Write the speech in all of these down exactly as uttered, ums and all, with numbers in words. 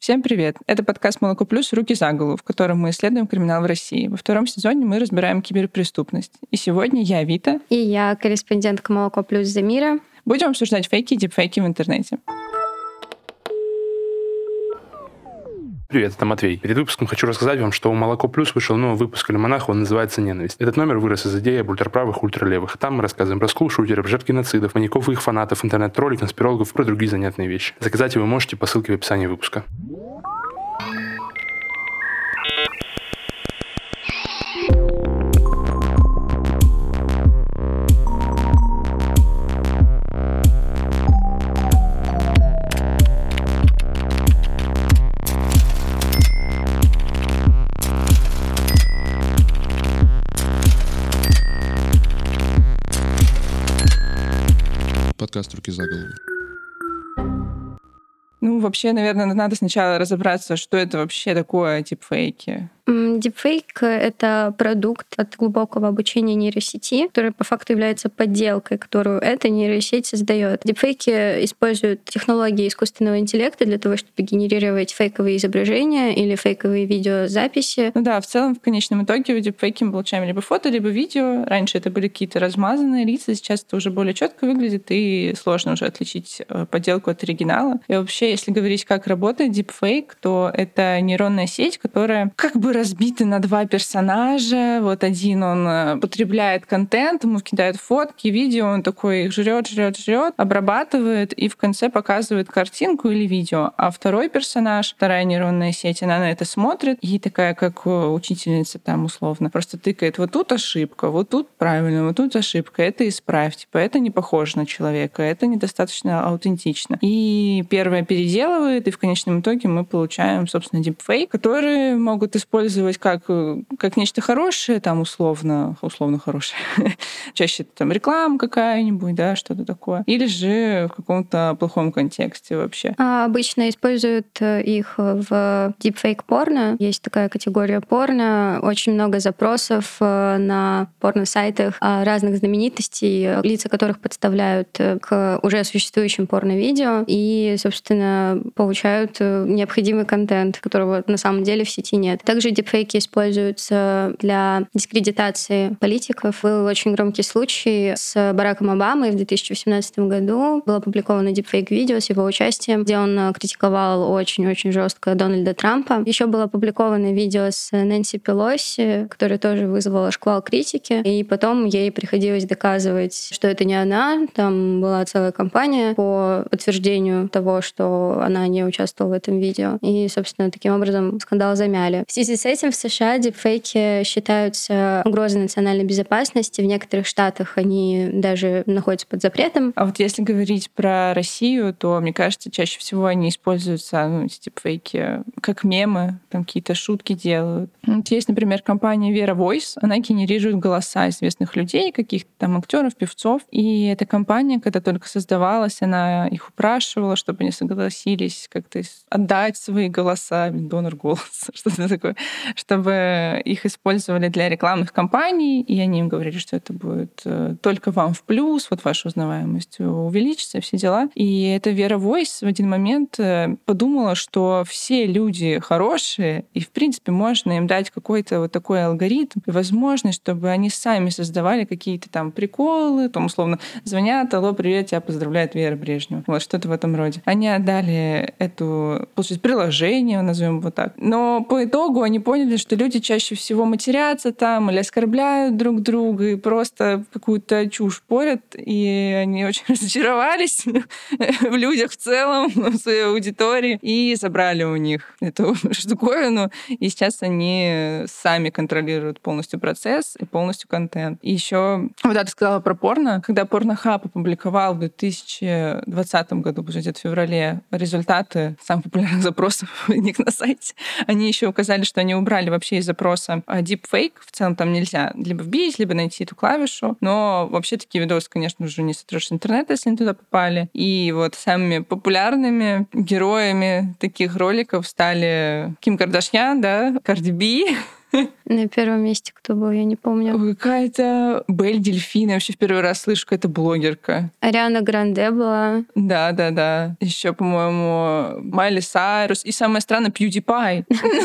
Всем привет! Это подкаст «Молоко плюс. Руки за голову», в котором мы исследуем криминал в России. Во втором сезоне мы разбираем киберпреступность. И сегодня я, Вита. И я, корреспондентка «Молоко плюс» Замира. Будем обсуждать фейки и дипфейки в интернете. Привет, это Матвей. Перед выпуском хочу рассказать вам, что у «Молоко плюс» вышел новый выпуск «Альманаха», он называется «Ненависть». Этот номер вырос из идеи об ультраправых и ультралевых. Там мы рассказываем про скул-шутеров, жертв геноцидов, маньяков и их фанатов, интернет-троллей, конспирологов и про другие занятные вещи. Заказать вы можете по ссылке в описании выпуска. Подкаст «Руки за голову». Ну, вообще, наверное, надо сначала разобраться, что это вообще такое дипфейки. Дипфейк — это продукт от глубокого обучения нейросети, который по факту является подделкой, которую эта нейросеть создает. Дипфейки используют технологии искусственного интеллекта для того, чтобы генерировать фейковые изображения или фейковые видеозаписи. Ну да, в целом, в конечном итоге в дипфейке мы получаем либо фото, либо видео. Раньше это были какие-то размазанные лица, сейчас это уже более четко выглядит, и сложно уже отличить подделку от оригинала. И вообще, если говорить, как работает дипфейк, то это нейронная сеть, которая как бы разбиты на два персонажа. Вот один, он потребляет контент, ему кидают фотки, видео, он такой их жрет, жрет, жрет, обрабатывает и в конце показывает картинку или видео. А второй персонаж, вторая нейронная сеть, она на это смотрит и такая, как учительница там условно, просто тыкает: вот тут ошибка, вот тут правильно, вот тут ошибка, это исправь, типа это не похоже на человека, это недостаточно аутентично. И первое переделывает, и в конечном итоге мы получаем, собственно, дипфейк, которые могут использовать как, как нечто хорошее, там условно, условно хорошее. Чаще это там реклама какая-нибудь, да, что-то такое. Или же в каком-то плохом контексте вообще. А обычно используют их в дипфейк-порно. Есть такая категория порно. Очень много запросов на порно-сайтах разных знаменитостей, лица которых подставляют к уже существующим порно-видео и, собственно, получают необходимый контент, которого на самом деле в сети нет. Также дипфейки используются для дискредитации политиков. Был очень громкий случай с Бараком Обамой в две тысячи восемнадцатом году. Было опубликовано дипфейк-видео с его участием, где он критиковал очень-очень жестко Дональда Трампа. Еще было опубликовано видео с Нэнси Пелоси, которое тоже вызвало шквал критики. И потом ей приходилось доказывать, что это не она. Там была целая кампания по подтверждению того, что она не участвовала в этом видео. И, собственно, таким образом скандал замяли. В связи с этим в США дипфейки считаются угрозой национальной безопасности. В некоторых штатах они даже находятся под запретом. А вот если говорить про Россию, то, мне кажется, чаще всего они используются, ну, эти дипфейки, как мемы, там какие-то шутки делают. Вот есть, например, компания Vera Voice, она генерирует голоса известных людей, каких-то там актеров, певцов. И эта компания, когда только создавалась, она их упрашивала, чтобы они согласились как-то отдать свои голоса, донор голоса, что-то такое, чтобы их использовали для рекламных кампаний, и они им говорили, что это будет только вам в плюс, вот ваша узнаваемость увеличится, все дела. И эта Vera Voice в один момент подумала, что все люди хорошие, и, в принципе, можно им дать какой-то вот такой алгоритм и возможность, чтобы они сами создавали какие-то там приколы, там, условно, звонят: алло, привет, тебя поздравляет Вера Брежнева. Вот что-то в этом роде. Они отдали эту, получается, приложение, назовем его так. Но по итогу они поняли, что люди чаще всего матерятся там или оскорбляют друг друга и просто какую-то чушь порят, и они очень разочаровались в людях в целом, в своей аудитории, и забрали у них эту штуковину, и сейчас они сами контролируют полностью процесс и полностью контент. И еще вот я сказала про порно. Когда Pornhub опубликовал в две тысячи двадцатом году, где-то в феврале, результаты самых популярных запросов у них на сайте, они еще указали, что они убрали вообще из запроса deepfake. В целом там нельзя либо вбить, либо найти эту клавишу. Но вообще такие видосы, конечно, уже не сотрешь с интернета, если они туда попали. И вот самыми популярными героями таких роликов стали Ким Кардашьян, да, Карди Би, На первом месте кто был, я не помню. Ой, какая-то Белль Дельфин. Я вообще в первый раз слышу, какая-то блогерка. Ариана Гранде была. Да, да, да. Еще, по-моему, Майли Сайрус. И самое странное, PewDiePie.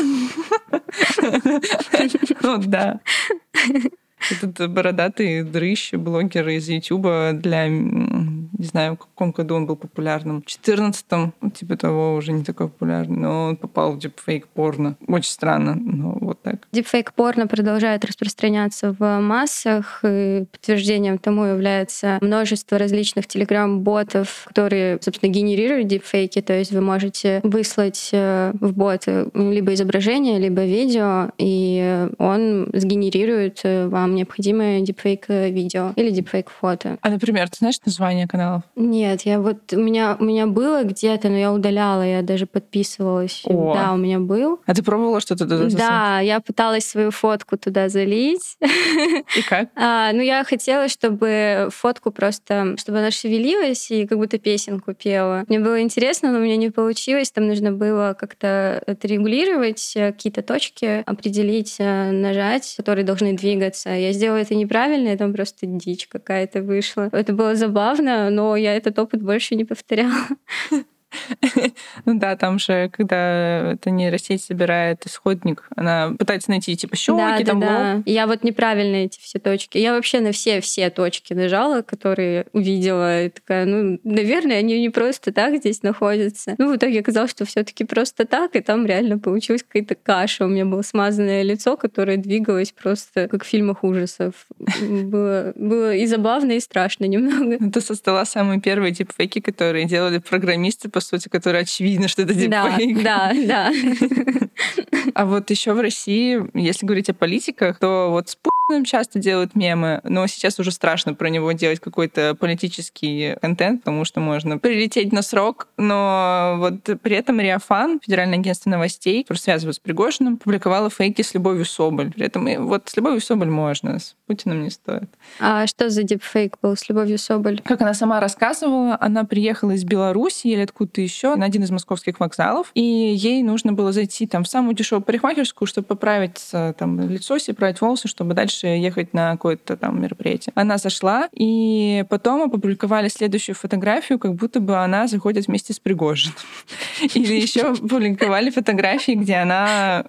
Ну да. Этот бородатый дрыщ, блогер из Ютуба для... Не знаю, в каком году он был популярным. В четырнадцатом, типа того, уже не такой популярный. Но он попал в дипфейк порно. Очень странно, но вот так. Дипфейк порно продолжает распространяться в массах. И подтверждением тому является множество различных телеграм-ботов, которые, собственно, генерируют дипфейки. То есть вы можете выслать в бот либо изображение, либо видео, и он сгенерирует вам необходимое дипфейк-видео или дипфейк-фото. А, например, ты знаешь название каналов? Нет, я вот... У меня, у меня было где-то, но я удаляла, я даже подписывалась. О. Да, у меня был. А ты пробовала что-то туда засунуть? Да, я пыталась свою фотку туда залить. И как? А, ну, я хотела, чтобы фотку просто... Чтобы она шевелилась и как будто песенку пела. Мне было интересно, но у меня не получилось. Там нужно было как-то отрегулировать какие-то точки, определить, нажать, которые должны двигаться. Я сделала это неправильно, и там просто дичь какая-то вышла. Это было забавно, но я этот опыт больше не повторяла. Ну да, там же, когда эта нейросеть собирает исходник, она пытается найти типа щеки, да, там да, да. лоб. Я вот неправильно эти все точки. Я вообще на все-все точки нажала, которые увидела. И такая, ну, наверное, они не просто так здесь находятся. Ну, в итоге оказалось, что все таки просто так, и там реально получилась какая-то каша. У меня было смазанное лицо, которое двигалось просто как в фильмах ужасов. Было, было и забавно, и страшно немного. Это со стола самые первые дипфейки, которые делали программисты, по сути, которые очевидно, что это дипфейк. Да, да, да. А вот еще в России, если говорить о политиках, то вот с Путиным часто делают мемы, но сейчас уже страшно про него делать какой-то политический контент, потому что можно прилететь на срок, но вот при этом Риафан, Федеральное агентство новостей, которое связывают с Пригожиным, публиковало фейки с Любовью Соболь. При этом и вот с Любовью Соболь можно, с Путиным не стоит. А что за дипфейк был с Любовью Соболь? Как она сама рассказывала, она приехала из Беларуси или откуда-то еще на один из московских вокзалов, и ей нужно было зайти там в самую дешевую парикмахерскую, чтобы поправить там лицо себе, править волосы, чтобы дальше ехать на какое-то там мероприятие. Она зашла, и потом опубликовали следующую фотографию, как будто бы она заходит вместе с Пригожиным. Или еще публиковали фотографии, где она...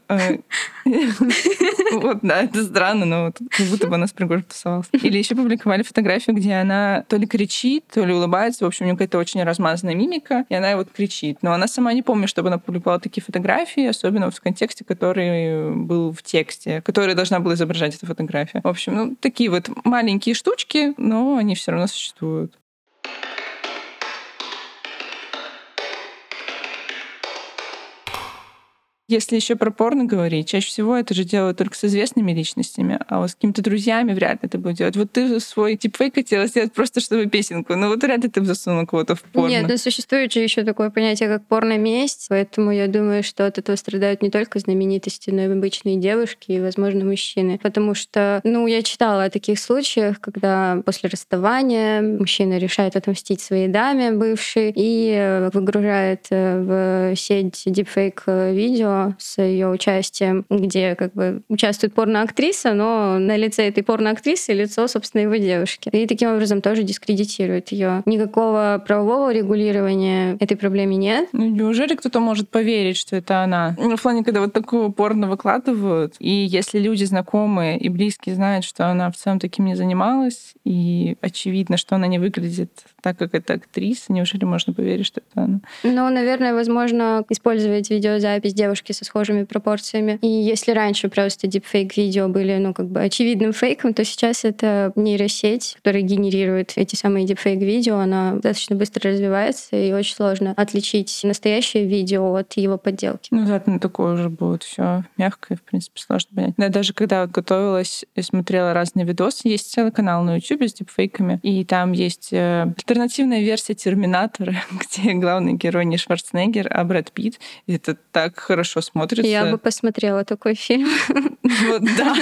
Вот, да, это странно, но как будто бы она с Пригожиным тусовалась. Или еще публиковали фотографию, где она то ли кричит, то ли улыбается. В общем, у нее какая-то очень размазанная мимика, и она вот кричит. Но она сама не помнит, чтобы она публиковала такие фотографии, особенно в контексте, который был в тексте, который должна была изображать эта фотография. В общем, ну, такие вот маленькие штучки, но они все равно существуют. Если еще про порно говорить, чаще всего это же делают только с известными личностями, а вот с какими-то друзьями вряд ли это будет делать. Вот ты свой дипфейк хотела сделать просто чтобы песенку, но вот вряд ли ты бы засунул кого-то в порно. Нет, да существует же еще такое понятие, как порно-месть, поэтому я думаю, что от этого страдают не только знаменитости, но и обычные девушки и, возможно, мужчины. Потому что, ну, я читала о таких случаях, когда после расставания мужчина решает отомстить своей даме бывшей и выгружает в сеть дипфейк-видео с ее участием, где как бы участвует порноактриса, но на лице этой порноактрисы лицо, собственно, его девушки. И таким образом тоже дискредитирует ее. Никакого правового регулирования этой проблеме нет. Ну, неужели кто-то может поверить, что это она? Ну, в плане, когда вот такого порно выкладывают, и если люди знакомые и близкие знают, что она в целом таким не занималась, и очевидно, что она не выглядит так, как эта актриса, неужели можно поверить, что это она? Ну, наверное, возможно использовать видеозапись девушки со схожими пропорциями. И если раньше просто дипфейк-видео были, ну, как бы очевидным фейком, то сейчас это нейросеть, которая генерирует эти самые дипфейк-видео. Она достаточно быстро развивается, и очень сложно отличить настоящее видео от его подделки. Ну да, ну такое уже будет все мягко, и, в принципе, сложно понять. Да, даже когда вот готовилась и смотрела разные видосы, есть целый канал на YouTube с дипфейками, и там есть альтернативная версия Терминатора, где главный герой не Шварценеггер, а Брэд Питт. И это так хорошо хорошо смотрится. Я бы посмотрела такой фильм. Вот, да.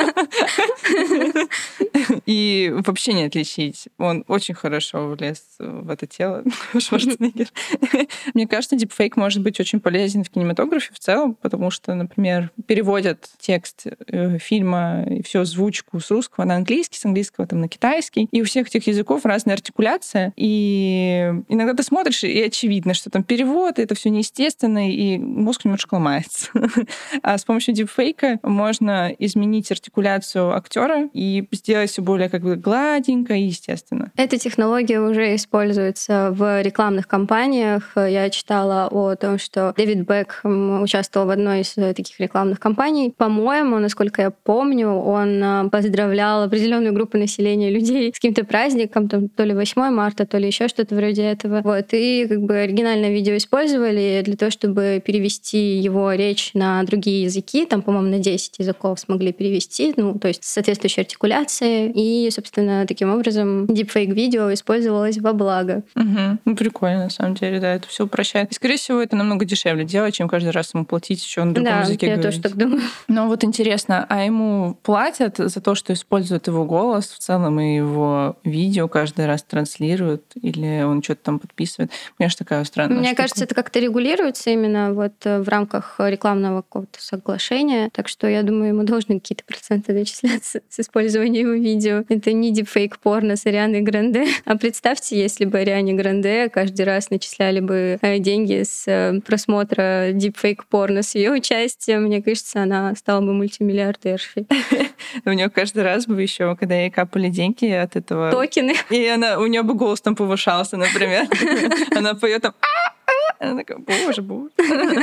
И вообще не отличить. Он очень хорошо влез в это тело, Шварценеггер. Мне кажется, дипфейк может быть очень полезен в кинематографе в целом, потому что, например, переводят текст э, фильма и всю озвучку с русского на английский, с английского там на китайский. И у всех этих языков разная артикуляция. И иногда ты смотришь, и очевидно, что там перевод, и это все неестественно, и мозг немножко ломается. А с помощью дипфейка можно изменить артикуляцию актера и сделать все более как бы гладенько и естественно. Эта технология уже используется в рекламных кампаниях. Я читала о том, что Дэвид Бекхэм участвовал в одной из таких рекламных кампаний. По-моему, насколько я помню, он поздравлял определенную группу населения людей с каким-то праздником, там, то ли восьмое марта, то ли еще что-то вроде этого. Вот. И как бы оригинальное видео использовали для того, чтобы перевести его речь на другие языки. Там, по-моему, на десять языков смогли перевести, ну, то есть с соответствующей артикуляцией. И, собственно, таким образом дипфейк-видео использовалось во благо. Угу. Ну, прикольно, на самом деле, да, это все упрощает. И, скорее всего, это намного дешевле делать, чем каждый раз ему платить еще на другом да, языке я говорить. тоже так думаю. Но вот интересно, а ему платят за то, что используют его голос в целом и его видео каждый раз транслируют? Или он что-то там подписывает? Конечно, такая странная Мне штука. кажется, это как-то регулируется именно вот в рамках рекламного какого-то соглашения. Так что я думаю, ему должны какие-то проценты начисляться с использования его видео. Это не дипфейк порно с Арианой Гранде. А представьте, если бы Ариане Гранде каждый раз начисляли бы деньги с просмотра дипфейк порно с ее участием, мне кажется, она стала бы мультимиллиардершей. У нее каждый раз бы еще, когда ей капали деньги от этого... Токены. И она, у нее бы голос там повышался, например. Она поет там... Она такая, боже, боже.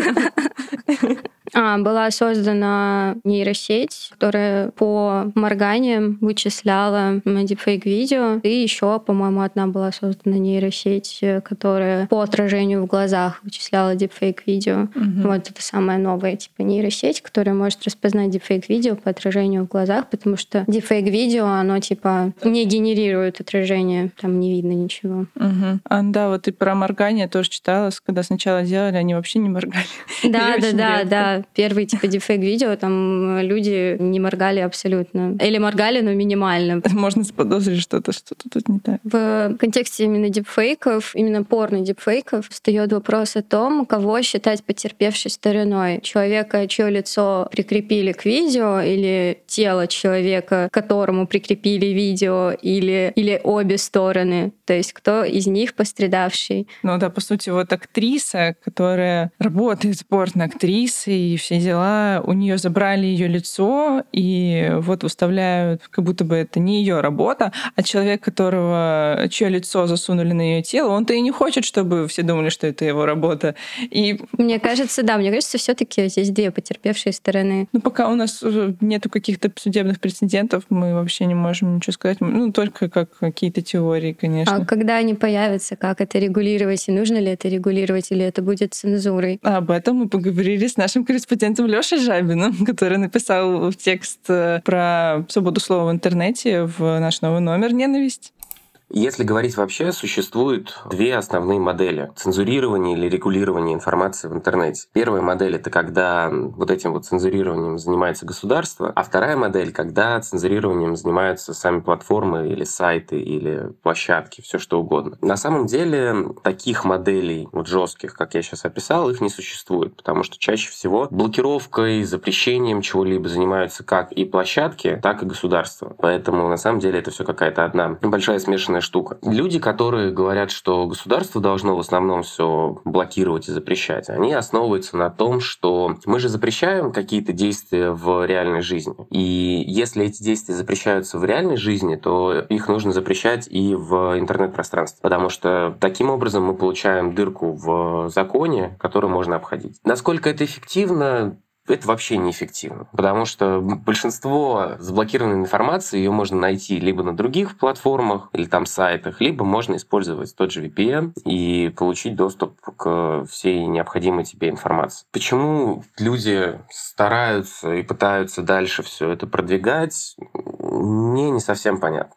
А, была создана нейросеть, которая по морганиям вычисляла дипфейк-видео. И еще, по-моему, одна была создана нейросеть, которая по отражению в глазах вычисляла дипфейк-видео. Угу. Вот это самая новая типа нейросеть, которая может распознать дипфейк-видео по отражению в глазах, потому что дипфейк-видео, оно типа не генерирует отражение, там не видно ничего. Угу. А, да, вот и про моргание тоже читала, когда сначала делали, они вообще не моргали. Да, да, да, да. Первый типа дипфейк-видео, там люди не моргали абсолютно. Или моргали, но минимально. Можно заподозрить что-то, что-то тут не так. В контексте именно дипфейков, именно порно-дипфейков, встает вопрос о том, кого считать потерпевшей стороной. Человека, чье лицо прикрепили к видео, или тело человека, к которому прикрепили видео, или, или обе стороны. То есть кто из них пострадавший. Ну да, по сути, вот актриса, которая работает порно-актрисой и все дела, у нее забрали ее лицо и вот выставляют, как будто бы это не ее работа, а человек, которого чье лицо засунули на ее тело, он-то и не хочет, чтобы все думали, что это его работа. И мне кажется, да, мне кажется, все-таки здесь две потерпевшие стороны. Ну, пока у нас нету каких-то судебных прецедентов, мы вообще не можем ничего сказать. Ну, только как какие-то теории, конечно. А когда они появятся, как это регулировать, и нужно ли это регулировать, или это будет цензурой? А об этом мы поговорили с нашим корреспондентом Лёшей Жабиным, который написал текст про свободу слова в интернете в наш новый номер «Ненависть». Если говорить вообще, существует две основные модели цензурирования или регулирования информации в интернете. Первая модель — это когда вот этим вот цензурированием занимается государство, а вторая модель — когда цензурированием занимаются сами платформы или сайты, или площадки, все что угодно. На самом деле таких моделей вот жестких, как я сейчас описал, их не существует, потому что чаще всего блокировкой, запрещением чего-либо занимаются как и площадки, так и государство. Поэтому на самом деле это все какая-то одна большая смешанная штука. Люди, которые говорят, что государство должно в основном все блокировать и запрещать, они основываются на том, что мы же запрещаем какие-то действия в реальной жизни. И если эти действия запрещаются в реальной жизни, то их нужно запрещать и в интернет-пространстве. Потому что таким образом мы получаем дырку в законе, которую можно обходить. Насколько это эффективно? Это вообще неэффективно, потому что большинство заблокированной информации ее можно найти либо на других платформах или там сайтах, либо можно использовать тот же ви пи эн и получить доступ к всей необходимой тебе информации. Почему люди стараются и пытаются дальше все это продвигать, мне не совсем понятно.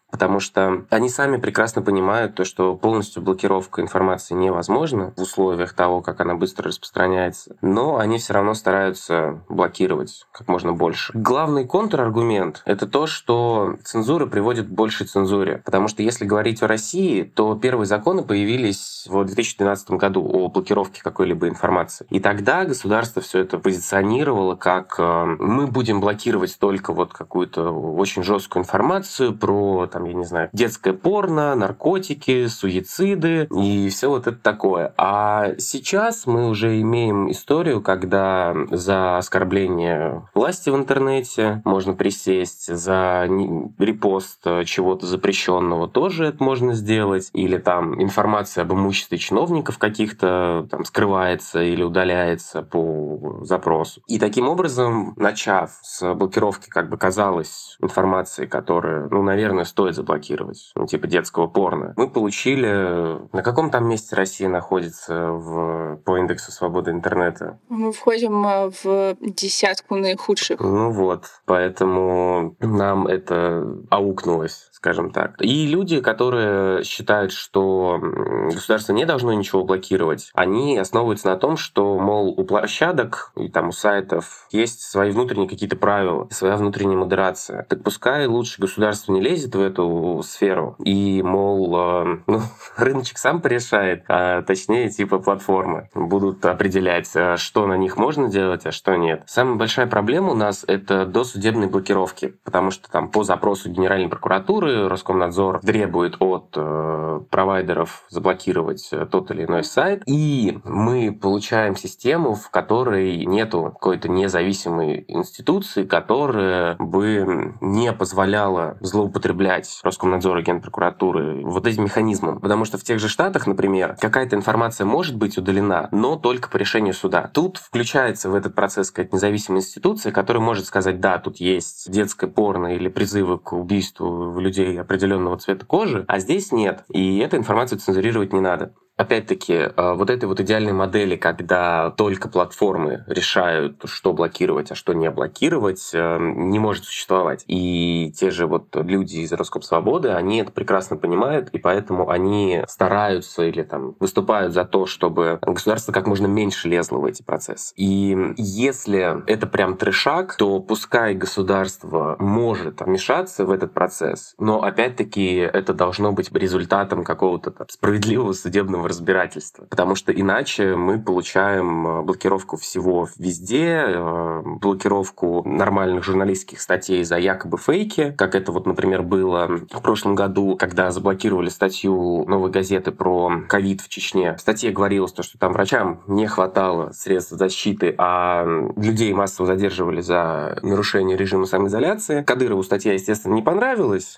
потому что они сами прекрасно понимают то, что полностью блокировка информации невозможна в условиях того, как она быстро распространяется, но они все равно стараются блокировать как можно больше. Главный контраргумент — это то, что цензура приводит к большей цензуре, потому что если говорить о России, то первые законы появились в две тысячи двенадцатом году о блокировке какой-либо информации. И тогда государство все это позиционировало как мы будем блокировать только вот какую-то очень жесткую информацию про, там, я не знаю, детское порно, наркотики, суициды и все вот это такое. А сейчас мы уже имеем историю, когда за оскорбление власти в интернете можно присесть, за репост чего-то запрещенного тоже это можно сделать, или там информация об имуществе чиновников каких-то там скрывается или удаляется по запросу. И таким образом, начав с блокировки, как бы казалось, информации, которую, ну, наверное, стоит заблокировать, ну, типа детского порно, мы получили... На каком там месте Россия находится в... по индексу свободы интернета? Мы входим в десятку наихудших. Ну вот, поэтому нам это аукнулось, скажем так. И люди, которые считают, что государство не должно ничего блокировать, они основываются на том, что, мол, у площадок и там у сайтов есть свои внутренние какие-то правила, своя внутренняя модерация. Так пускай лучше государство не лезет в эту сферу и, мол, ну, рыночек сам порешает, а точнее, типа платформы будут определять, что на них можно делать, а что нет. Самая большая проблема у нас — это досудебные блокировки, потому что там по запросу Генеральной прокуратуры Роскомнадзор требует от э, провайдеров заблокировать тот или иной сайт, и мы получаем систему, в которой нету какой-то независимой институции, которая бы не позволяла злоупотреблять Роскомнадзор и Генпрокуратуры вот этим механизмом. Потому что в тех же Штатах, например, какая-то информация может быть удалена, но только по решению суда. Тут включается в этот процесс какая-то независимая институция, которая может сказать: да, тут есть детское порно или призывы к убийству людей определенного цвета кожи, а здесь нет. И эту информацию цензурировать не надо. Опять-таки, вот этой вот идеальной модели, когда только платформы решают, что блокировать, а что не блокировать, не может существовать. И те же вот люди из Роскомсвободы, они это прекрасно понимают, и поэтому они стараются или там выступают за то, чтобы государство как можно меньше лезло в эти процессы. И если это прям трешак, то пускай государство может вмешаться в этот процесс, но опять-таки это должно быть результатом какого-то там справедливого судебного разбирательства. Потому что иначе мы получаем блокировку всего везде, блокировку нормальных журналистских статей за якобы фейки, как это вот, например, было в прошлом году, когда заблокировали статью «Новой газеты» про ковид в Чечне. В статье говорилось, что там врачам не хватало средств защиты, а людей массово задерживали за нарушение режима самоизоляции. Кадырову статья, естественно, не понравилась.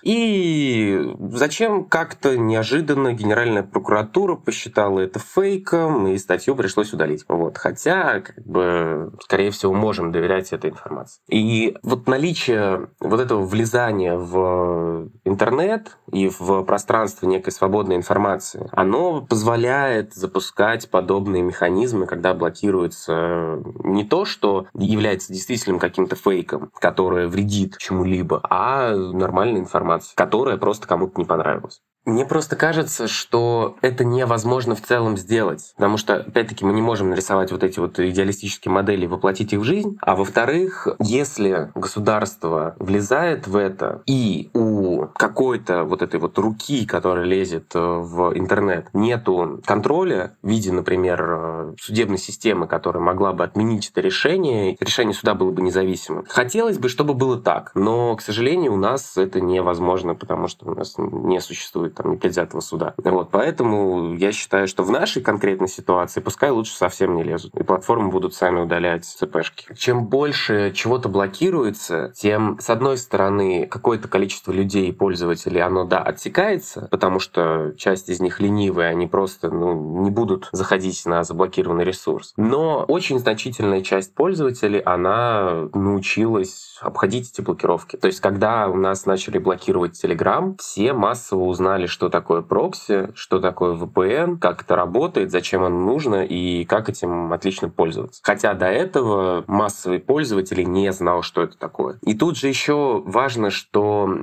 И зачем как-то неожиданно Генеральная прокуратура посчитала это фейком, и статью пришлось удалить. Вот. Хотя, как бы, скорее всего, можем доверять этой информации. И вот наличие вот этого влезания в интернет и в пространство некой свободной информации, оно позволяет запускать подобные механизмы, когда блокируется не то, что является действительно каким-то фейком, которое вредит чему-либо, а нормальная информация, которая просто кому-то не понравилась. Мне просто кажется, что это невозможно в целом сделать, потому что, опять-таки, мы не можем нарисовать вот эти вот идеалистические модели и воплотить их в жизнь. А во-вторых, если государство влезает в это, и у какой-то вот этой вот руки, которая лезет в интернет, нету контроля в виде, например, судебной системы, которая могла бы отменить это решение, решение суда было бы независимым. Хотелось бы, чтобы было так, но, к сожалению, у нас это невозможно, потому что у нас не существует там непредвзятого суда. Вот, поэтому я считаю, что в нашей конкретной ситуации пускай лучше совсем не лезут, и платформы будут сами удалять цпшки. Чем больше чего-то блокируется, тем, с одной стороны, какое-то количество людей и пользователей, оно, да, отсекается, потому что часть из них ленивые, они просто ну, не будут заходить на заблокированный ресурс. Но очень значительная часть пользователей, она научилась обходить эти блокировки. То есть, когда у нас начали блокировать Telegram, все массово узнали, что такое прокси, что такое ви пи эн, как это работает, зачем оно нужно и как этим отлично пользоваться. Хотя до этого массовый пользователь не знал, что это такое. И тут же еще важно, что вот эти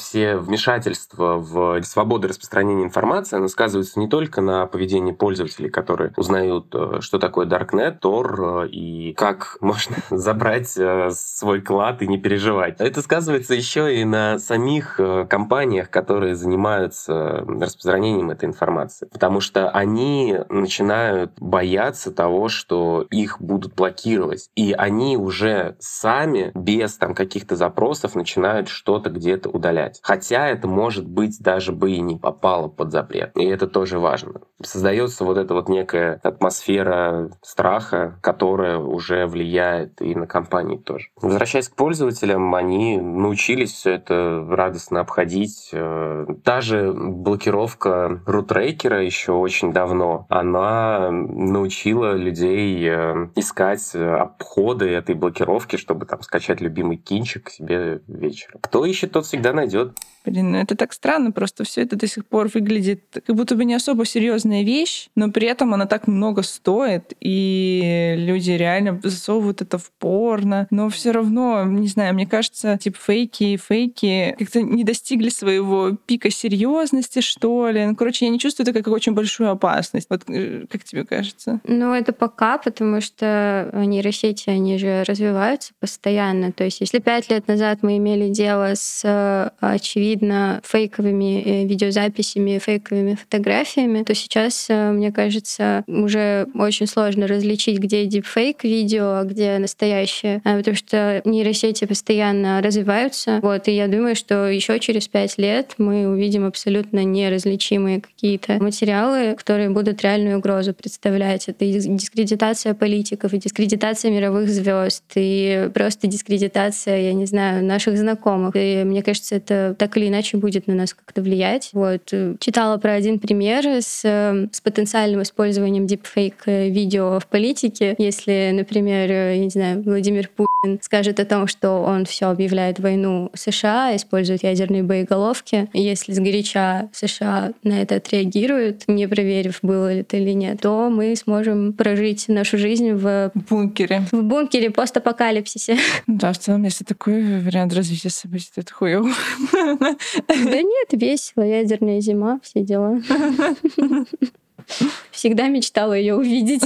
все вмешательства в свободу распространения информации, оно сказывается не только на поведении пользователей, которые узнают, что такое Darknet, Tor и как можно забрать свой клад и не переживать. Это сказывается еще и на самих компаниях, которые занимаются распространением этой информации. Потому что они начинают бояться того, что их будут блокировать. И они уже сами без там, каких-то запросов начинают что-то где-то удалять. Хотя это, может быть, даже бы и не попало под запрет. И это тоже важно. Создается вот эта вот некая атмосфера страха, которая уже влияет и на компании тоже. Возвращаясь к пользователям, они научились все это радостно обходить. Даже блокировка рутрекера еще очень давно, она научила людей искать обходы этой блокировки, чтобы там скачать любимый кинчик к себе вечером. Кто ищет, тот всегда найдет. Блин, ну это так странно, просто все это до сих пор выглядит как будто бы не особо серьезная вещь, но при этом она так много стоит, и люди реально засовывают это в порно, но все равно, не знаю, мне кажется, типа фейки и фейки как-то не достигли своего пика серьезности, что ли. Ну, короче, я не чувствую это как очень большую опасность. Вот как тебе кажется? Ну, это пока, потому что нейросети, они же развиваются постоянно. То есть, если пять лет назад мы имели дело с, очевидно, фейковыми видеозаписями, фейковыми фотографиями, то сейчас, мне кажется, уже очень сложно различить, где дипфейк видео, а где настоящее, потому что нейросети постоянно развиваются. Вот, и я думаю, что еще через пять лет мы увидим абсолютно неразличимые какие-то материалы, которые будут реальную угрозу представлять. Это и дискредитация политиков, и дискредитация мировых звезд, и просто дискредитация, я не знаю, наших знакомых. И мне кажется, это так или иначе будет на нас как-то влиять. Вот. Читала про один пример с, с потенциальным использованием дипфейк-видео в политике. Если, например, я не знаю, Владимир Путин скажет о том, что он все объявляет войну США, использует ядерные боеголовки, если сгоряча США на это отреагируют, не проверив, было ли это или нет, то мы сможем прожить нашу жизнь в бункере. В бункере постапокалипсисе. Да, в целом, если такой вариант развития событий, то это хуёво. Да нет, весело, ядерная зима, все дела. Всегда мечтала ее увидеть.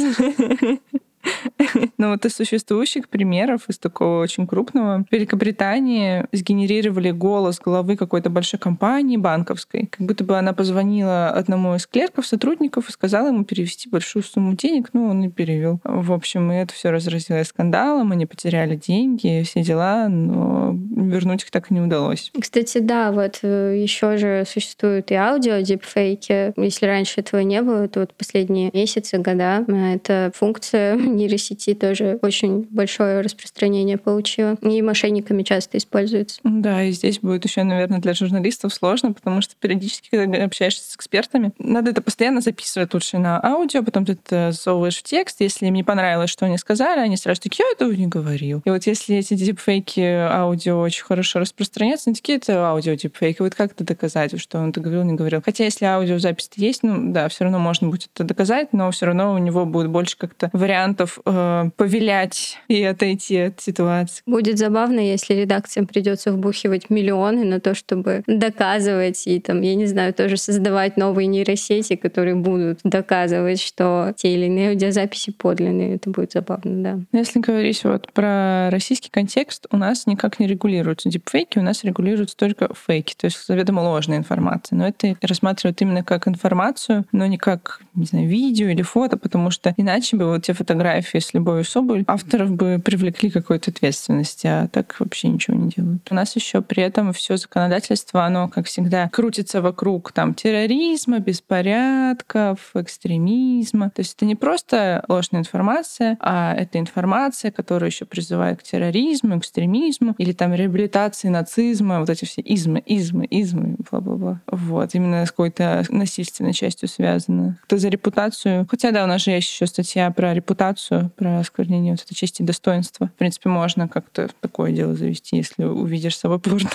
Но вот из существующих примеров, из такого очень крупного, в Великобритании сгенерировали голос главы какой-то большой компании банковской. Как будто бы она позвонила одному из клерков, сотрудников и сказала ему перевести большую сумму денег, ну, он и перевел. В общем, и это все разразилось скандалом, они потеряли деньги, все дела, но вернуть их так и не удалось. Кстати, да, вот еще же существуют и аудио дипфейки. Если раньше этого не было, то вот последние месяцы, года эта функция нейросети тоже очень большое распространение получила. И мошенниками часто используется. Да, и здесь будет еще, наверное, для журналистов сложно, потому что периодически, когда общаешься с экспертами, надо это постоянно записывать лучше на аудио, потом ты это засовываешь в текст. Если им не понравилось, что они сказали, они сразу такие: я этого не говорил. И вот если эти дипфейки аудио очень хорошо распространяются, они такие: это аудио дипфейки. Вот как это доказать, что он это говорил, не говорил? Хотя если аудиозапись есть, ну да, все равно можно будет это доказать, но все равно у него будет больше как-то вариантов э, повилять и отойти от ситуации. Будет забавно, если редакциям придется вбухивать миллионы на то, чтобы доказывать и там, я не знаю, тоже создавать новые нейросети, которые будут доказывать, что те или иные аудиозаписи подлинные. Это будет забавно, да. Но если говорить вот про российский контекст, у нас никак не регулируются дипфейки, у нас регулируются только фейки, то есть заведомо ложная информация. Но это рассматривают именно как информацию, но не как, не знаю, видео или фото, потому что иначе бы вот те фотографии с Любовью Соболь авторов бы привлекли к какой-то ответственности, а так вообще ничего не делают. У нас еще при этом все законодательство, оно, как всегда, крутится вокруг там терроризма, беспорядков, экстремизма. То есть это не просто ложная информация, а это информация, которая еще призывает к терроризму, экстремизму или там реабилитации нацизма, вот эти все измы, измы, измы, бла-бла-бла. Вот, именно с какой-то насильственной частью связано. Кто за репутацию. Хотя, да, у нас же есть еще статья про репутацию, про осквернение вот этой чести и достоинства. В принципе, можно как-то такое дело завести, если увидишь с собой порно.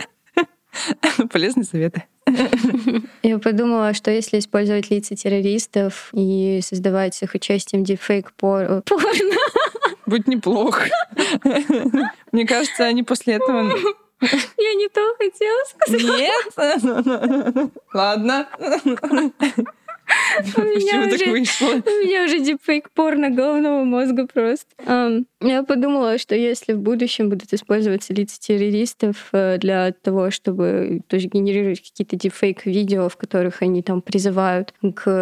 Полезные советы. Я подумала, что если использовать лица террористов и создавать с их участием дипфейк порно... Будет неплохо. Мне кажется, они после этого Я не то хотела сказать. Нет? Ладно. Почему так вышло? У меня уже дипфейк порно головного мозга просто. Um, я подумала, что если в будущем будут использоваться лица террористов для того, чтобы тоже генерировать какие-то дипфейк-видео, в которых они там призывают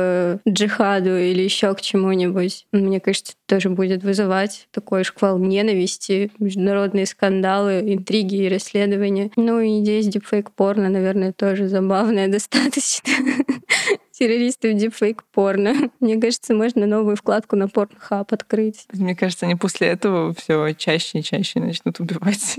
к джихаду или еще к чему-нибудь, мне кажется, тоже будет вызывать такой шквал ненависти, международные скандалы, интриги и расследования. Ну и идея с дипфейк-порно, наверное, тоже забавная достаточно. Террористы в дипфейк-порно. Мне кажется, можно новую вкладку на Pornhub открыть. Мне кажется, они после этого все чаще и чаще начнут убивать.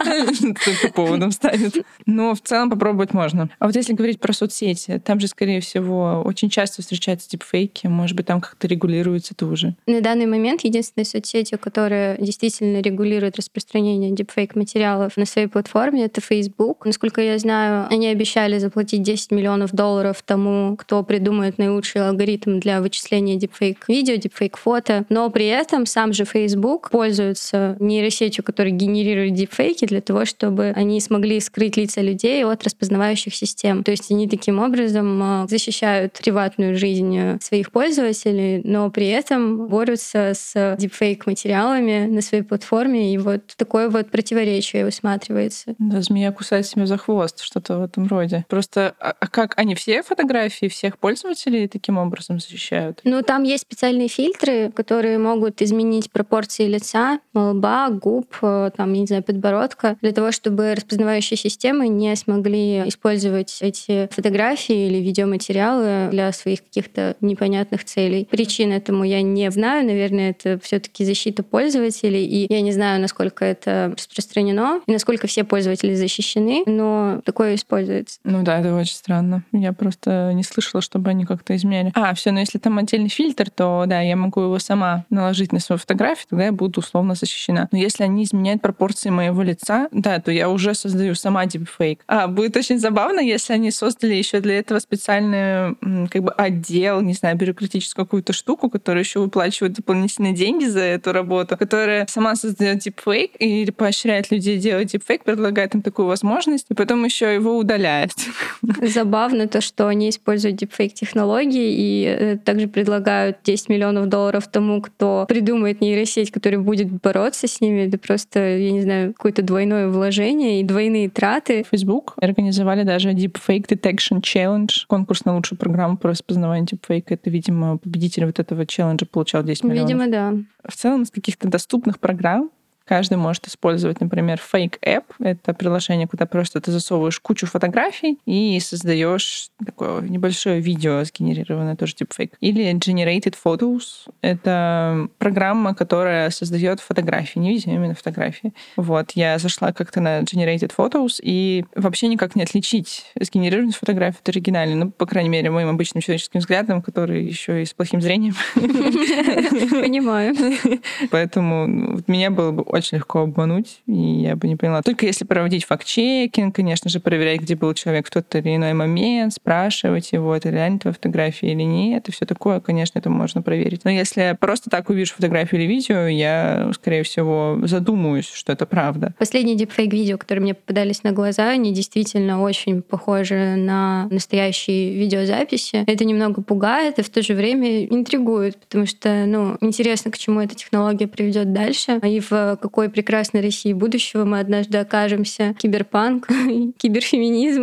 Только поводом станет. Но в целом попробовать можно. А вот если говорить про соцсети, там же, скорее всего, очень часто встречаются дипфейки. Может быть, там как-то регулируется тоже. На данный момент единственной соцсетью, которая действительно регулирует распространение дипфейк-материалов на своей платформе, это Facebook. Насколько я знаю, они обещали заплатить десять миллионов долларов тому, кто придумает наилучший алгоритм для вычисления дипфейк-видео, дипфейк-фото, но при этом сам же Facebook пользуется нейросетью, которая генерирует дипфейки для того, чтобы они смогли скрыть лица людей от распознавающих систем. То есть они таким образом защищают приватную жизнь своих пользователей, но при этом борются с дипфейк-материалами на своей платформе, и вот такое вот противоречие усматривается. Да, змея кусает себя за хвост, что-то в этом роде. Просто, а как они все фотографии всех пользователей таким образом защищают? Ну, там есть специальные фильтры, которые могут изменить пропорции лица, лба, губ, там, я не знаю, подбородка, для того, чтобы распознавающие системы не смогли использовать эти фотографии или видеоматериалы для своих каких-то непонятных целей. Причин этому я не знаю. Наверное, это все-таки защита пользователей, и я не знаю, насколько это распространено и насколько все пользователи защищены, но такое используется. Ну да, это очень странно. Я просто не слышала, чтобы они как-то изменяли. А, все, но если там отдельный фильтр, то да, я могу его сама наложить на свою фотографию, тогда я буду условно защищена. Но если они изменяют пропорции моего лица, да, то я уже создаю сама дипфейк. А, будет очень забавно, если они создали еще для этого специальный как бы отдел, не знаю, бюрократическую какую-то штуку, которая еще выплачивает дополнительные деньги за эту работу, которая сама создает дипфейк и поощряет людей делать дипфейк, предлагает им такую возможность, и потом еще его удаляет. Забавно то, что они используют дипфейк-технологии и также предлагают десять миллионов долларов тому, кто придумает нейросеть, которая будет бороться с ними. Это просто, я не знаю, какое-то двойное вложение и двойные траты. Facebook организовали даже Deepfake Detection Challenge, конкурс на лучшую программу по распознаванию дипфейка. Это, видимо, победитель вот этого челленджа получал десять миллионов. Видимо, да. В целом, из каких-то доступных программ каждый может использовать, например, Fake App. Это приложение, куда просто ты засовываешь кучу фотографий и создаешь такое небольшое видео, сгенерированное тоже deepfake. Или Generated Photos. Это программа, которая создает фотографии, не видео, а именно фотографии. Вот. Я зашла как-то на Generated Photos и вообще никак не отличить сгенерированную фотографию от оригинальной. Ну, по крайней мере, моим обычным человеческим взглядом, который еще и с плохим зрением. Понимаю. Поэтому меня было бы очень легко обмануть, и я бы не поняла. Только если проводить факт-чекинг, конечно же, проверять, где был человек в тот или иной момент, спрашивать его, это реально твоя фотография или нет, и все такое, конечно, это можно проверить. Но если я просто так увижу фотографию или видео, я, скорее всего, задумаюсь, что это правда. Последние дипфейк-видео, которые мне попадались на глаза, они действительно очень похожи на настоящие видеозаписи. Это немного пугает и в то же время интригует, потому что, ну, интересно, к чему эта технология приведет дальше, и в какой прекрасной России будущего мы однажды окажемся. Киберпанк, киберфеминизм,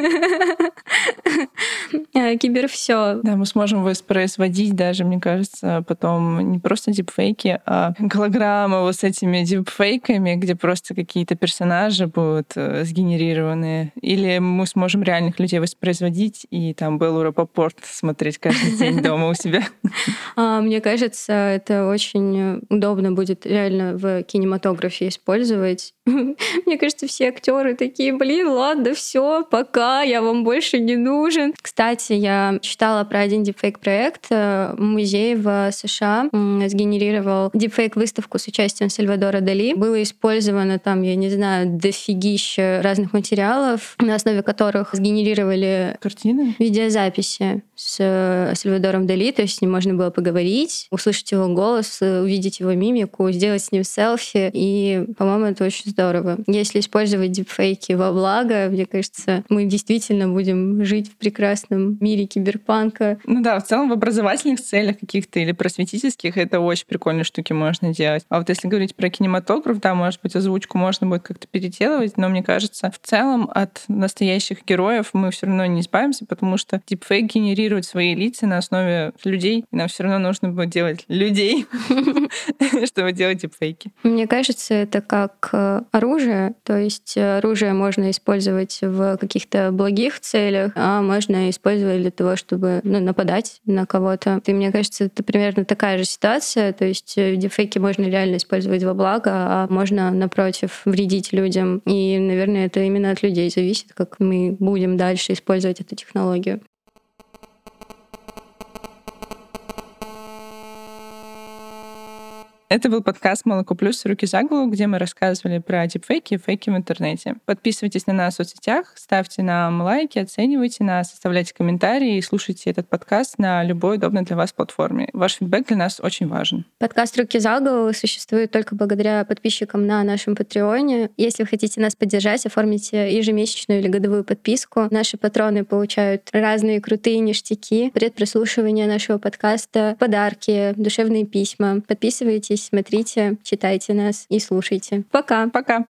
кибер все. Да, мы сможем воспроизводить даже, мне кажется, потом не просто дипфейки, а голограммы вот с этими дипфейками, где просто какие-то персонажи будут сгенерированы. Или мы сможем реальных людей воспроизводить и там Беллу Рапопорт смотреть каждый день дома у себя. Мне кажется, это очень удобно будет реально в кинематографе использовать. Мне кажется, все актеры такие, блин, ладно, все, пока, я вам больше не нужен. Кстати, я читала про один дипфейк-проект. Музей в США сгенерировал дипфейк-выставку с участием Сальвадора Дали. Было использовано там, я не знаю, дофигища разных материалов, на основе которых сгенерировали картины, видеозаписи с Сальвадором Дали, то есть с ним можно было поговорить, услышать его голос, увидеть его мимику, сделать с ним селфи, и, по-моему, это очень здорово. Если использовать дипфейки во благо, мне кажется, мы действительно будем жить в прекрасном мире киберпанка. Ну да, в целом в образовательных целях каких-то или просветительских это очень прикольные штуки можно делать. А вот если говорить про кинематограф, да, может быть, озвучку можно будет как-то переделывать, но мне кажется, в целом от настоящих героев мы все равно не избавимся, потому что дипфейк генерирует свои лица на основе людей, и нам все равно нужно будет делать людей, чтобы делать дипфейки. Мне кажется, это как оружие, то есть оружие можно использовать в каких-то благих целях, а можно использовать для того, чтобы ну, нападать на кого-то. И мне кажется, это примерно такая же ситуация, то есть дипфейки можно реально использовать во благо, а можно, напротив, вредить людям. И, наверное, это именно от людей зависит, как мы будем дальше использовать эту технологию. Это был подкаст «Молоко плюс. Руки за голову», где мы рассказывали про дипфейки и фейки в интернете. Подписывайтесь на нас в соцсетях, ставьте нам лайки, оценивайте нас, оставляйте комментарии и слушайте этот подкаст на любой удобной для вас платформе. Ваш фидбэк для нас очень важен. Подкаст «Руки за голову» существует только благодаря подписчикам на нашем Патреоне. Если вы хотите нас поддержать, оформите ежемесячную или годовую подписку. Наши патроны получают разные крутые ништяки, предпрослушивание нашего подкаста, подарки, душевные письма. Подписывайтесь, смотрите, читайте нас и слушайте. Пока! Пока!